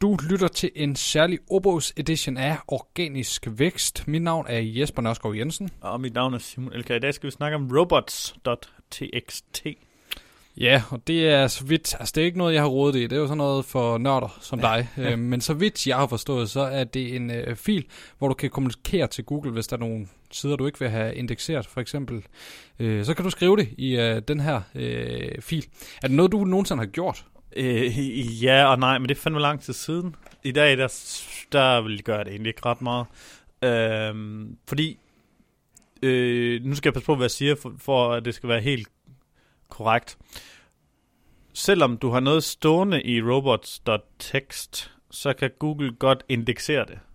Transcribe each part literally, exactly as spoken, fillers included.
Du lytter til en særlig Obos edition af Organisk Vækst. Mit navn er Jesper Nørskov Jensen. Og mit navn er Simon Elker. I dag skal vi snakke om robots punktum t x t. Ja, og det er så vidt, altså det er ikke noget, jeg har rodet i. Det er jo sådan noget for nørder som dig. øh, men så vidt jeg har forstået, så er det en øh, fil, hvor du kan kommunikere til Google, hvis der er nogle sider, du ikke vil have indekseret, for eksempel. Øh, så kan du skrive det i øh, den her øh, fil. Er det noget, du nogensinde har gjort? Øh, ja og nej, men det er fandme lang tid siden. I dag, der, der vil jeg gøre det egentlig ikke ret meget. Øh, fordi, øh, nu skal jeg passe på, hvad jeg siger, for, for at det skal være helt korrekt. Selvom du har noget stående i robots punktum text, så kan Google godt indeksere det.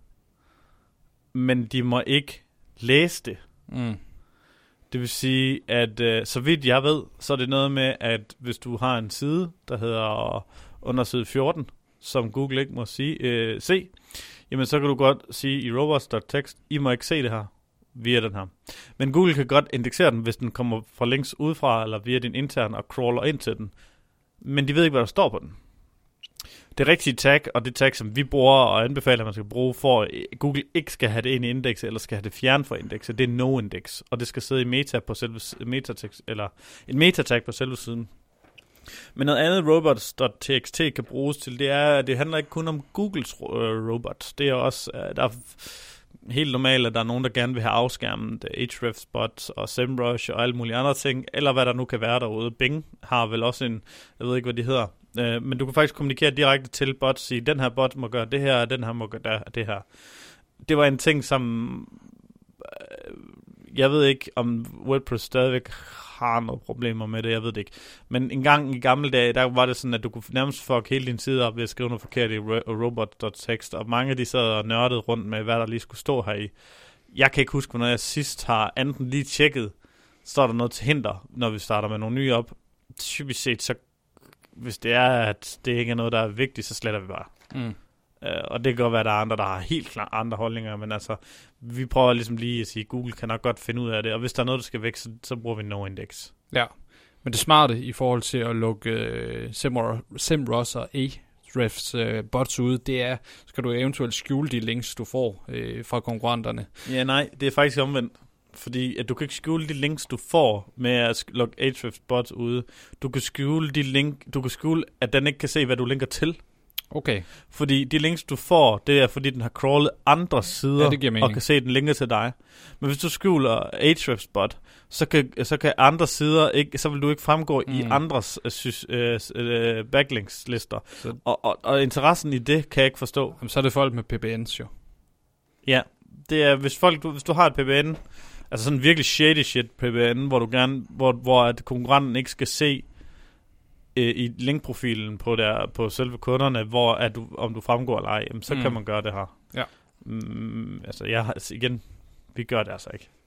Men de må ikke læse det. Mm. Det vil sige, at øh, så vidt jeg ved, så er det noget med, at hvis du har en side, der hedder under side fjorten, som Google ikke må sige, øh, se, jamen så kan du godt sige i robots punktum text, I må ikke se det her via den her. Men Google kan godt indeksere den, hvis den kommer fra links udefra, eller via din interne og crawler ind til den. Men de ved ikke, hvad der står på den. Det rigtige tag, og det tag, som vi bruger og anbefaler, at man skal bruge, for at Google ikke skal have det ind i indekset, eller skal have det fjern fra indekset, det er no-index, og det skal sidde i meta på selve metatext, eller en metatag på selve siden. Men noget andet robots punktum t x t kan bruges til, det er, at det handler ikke kun om Googles uh, robots. Det er også, uh, der er helt normalt, at der er nogen, der gerne vil have afskærmet Ahrefs-bot og SEMrush og alle mulige andre ting, eller hvad der nu kan være derude. Bing har vel også en, jeg ved ikke, hvad de hedder, uh, men du kan faktisk kommunikere direkte til bots, sige, den her bot må gøre det her, og den her må gøre det her. Det var en ting, som uh, jeg ved ikke, om WordPress stadigvæk har nogle problemer med det, jeg ved det ikke. Men en gang i gamle dage, der var det sådan, at du kunne nærmest fuck hele din side op ved at skrive noget forkert i robots punktum text, og mange af de sad og nørdede rundt med, hvad der lige skulle stå her i. Jeg kan ikke huske, hvornår jeg sidst har enten lige tjekket, står der noget til hinder, når vi starter med nogle nye op. Typisk set, så hvis det er, at det ikke er noget, der er vigtigt, så sletter vi bare. Mm. Uh, og det kan godt være, at der er andre, der har helt klart andre holdninger, men altså, vi prøver ligesom lige at sige, at Google kan nok godt finde ud af det, og hvis der er noget, der skal væk, så, så bruger vi no-index. Ja, men det smarte i forhold til at lukke uh, SEMrush og Ahrefs uh, bots ud, det er, skal du eventuelt skjule de links, du får uh, fra konkurrenterne. Ja, nej, det er faktisk omvendt. Fordi at du kan ikke skjule de links, du får med at lukke Ahrefs bots ude. Du kan skjule de link, du kan skjule, at den ikke kan se, hvad du linker til. Okay. Fordi de links, du får, det er, fordi den har crawlet andre sider, ja, og kan se, den linker til dig. Men hvis du skjuler Ahrefs bot, så kan, så kan andre sider ikke, så vil du ikke fremgå mm. i andres uh, uh, backlinks-lister. Så. Og, og, og interessen i det kan jeg ikke forstå. Jamen, så er det folk med P B N's jo. Ja, det er, hvis, folk, du, hvis du har et P B N, altså sådan virkelig shady shit P B N, hvor du gerne, hvor, hvor at konkurrenten ikke skal se i linkprofilen på der på selve kunderne, hvor at du, om du fremgår eller ej, så mm. kan man gøre det her. Ja. Mm, altså jeg altså igen, vi gør det altså ikke.